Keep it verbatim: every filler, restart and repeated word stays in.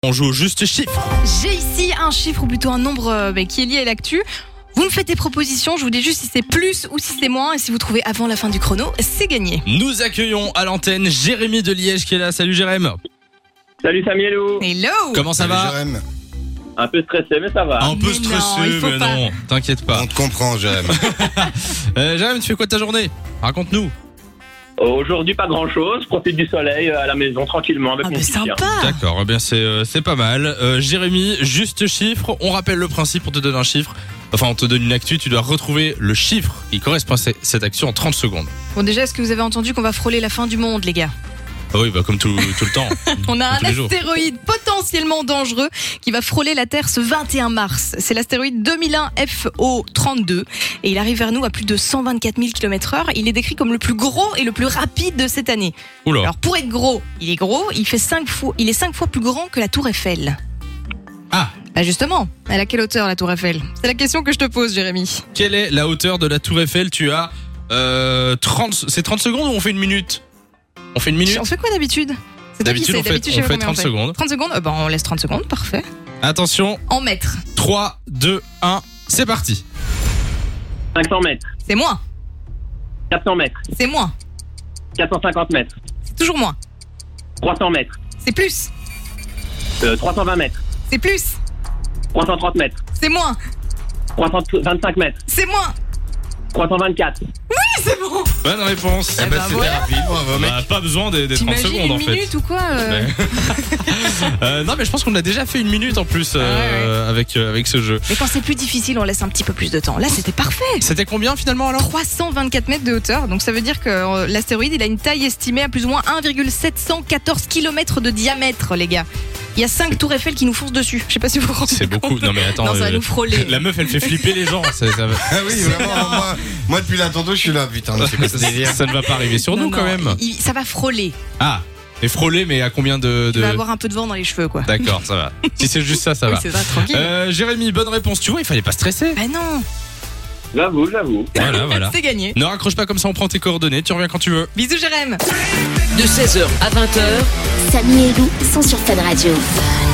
On joue au juste chiffre. J'ai ici un chiffre ou plutôt un nombre euh, bah, qui est lié à l'actu. Vous me faites des propositions, je vous dis juste si c'est plus ou si c'est moins. Et si vous trouvez avant la fin du chrono, c'est gagné. Nous accueillons à l'antenne Jérémy de Liège qui est là. Salut Jérémy. Salut Samuelou. Hello. Comment ça Salut, va? Jérémy. Un peu stressé, mais ça va. Un peu Mais stressé, non, il faut mais pas. non, t'inquiète pas. On te comprend, Jérémy. Euh, Jérémy, tu fais quoi de ta journée? Raconte-nous. Aujourd'hui, pas grand-chose. Profite du soleil euh, à la maison, tranquillement, avec Ah mon bah petit chien. sympa. D'accord, eh bien c'est euh, c'est pas mal. Euh, Jérémy, juste chiffre. On rappelle le principe, on te donne un chiffre. Enfin, on te donne une actu, tu dois retrouver le chiffre qui correspond à cette action en trente secondes. Bon déjà, est-ce que vous avez entendu qu'on va frôler la fin du monde, les gars? Ah oui, bah comme tout, tout le temps. On a Comme un tous les jours. astéroïde potentiellement dangereux qui va frôler la Terre ce vingt et un mars. C'est l'astéroïde deux mille un F O trente-deux et il arrive vers nous à plus de cent vingt-quatre mille kilomètres heure. Il est décrit comme le plus gros et le plus rapide de cette année. Oula. Alors pour être gros, il est gros, il fait cinq fois, il est cinq fois plus grand que la Tour Eiffel. Ah, Bah justement, elle a quelle hauteur la Tour Eiffel? C'est la question que je te pose, Jérémy. quelle est la hauteur de la Tour Eiffel? Tu as euh, trente, c'est trente secondes ou on fait une minute? On fait une minute? On fait quoi d'habitude? C'est toi qui D'habitude, sais. on fait- D'habitude, on je sais fait combien trente secondes. trente secondes euh, bah, on laisse trente secondes, parfait. Attention, En mètres, trois, deux, un, c'est parti. cinq cents mètres, c'est moins, quatre cents mètres, c'est moins, quatre cent cinquante mètres, c'est toujours moins, trois cents mètres, c'est plus, euh, trois cent vingt mètres, c'est plus, trois cent trente mètres, c'est moins, trois cent vingt-cinq mètres, c'est moins. trois cent vingt-quatre. C'est bon. Bonne réponse. Eh Eh ben, ben, c'était voilà. rapide, bravo, mec. Bah, pas besoin des, des trente T'imagines secondes une en fait. minute ou quoi euh, Ouais. Euh, non mais je pense qu'on a déjà fait une minute en plus euh, avec euh, avec ce jeu. Mais quand c'est plus difficile, on laisse un petit peu plus de temps. Là, c'était parfait. C'était combien finalement alors? trois cent vingt-quatre mètres de hauteur, donc ça veut dire que euh, l'astéroïde il a une taille estimée à plus ou moins un virgule sept cent quatorze kilomètres de diamètre, les gars. Il y a cinq tours Eiffel qui nous foncent dessus. Je sais pas si vous vous rendez C'est beaucoup. compte. Non mais attends. Non, ça va euh, nous frôler. La meuf elle fait flipper les gens. Ça, ça, va- Ah oui, vraiment, moi, moi, depuis là, tantôt, je suis là, putain, c'est quoi ce délire? ça ne va pas arriver sur Non, nous non, quand même. il- ça va frôler. Ah. Et frôler mais à combien de, Tu de... vas avoir un peu de vent dans les cheveux, quoi. D'accord, ça va. Si c'est juste ça, ça Oui, va. c'est ça, tranquille. Euh, Jérémy, bonne réponse. Tu vois, il fallait pas stresser. Ben non, J'avoue, j'avoue. Voilà, voilà. c'est gagné. Ne raccroche pas comme ça, on prend tes coordonnées. Tu reviens quand tu veux. Bisous, Jérémy. De seize heures à vingt heures, Samy et Lou sont sur Fun Radio.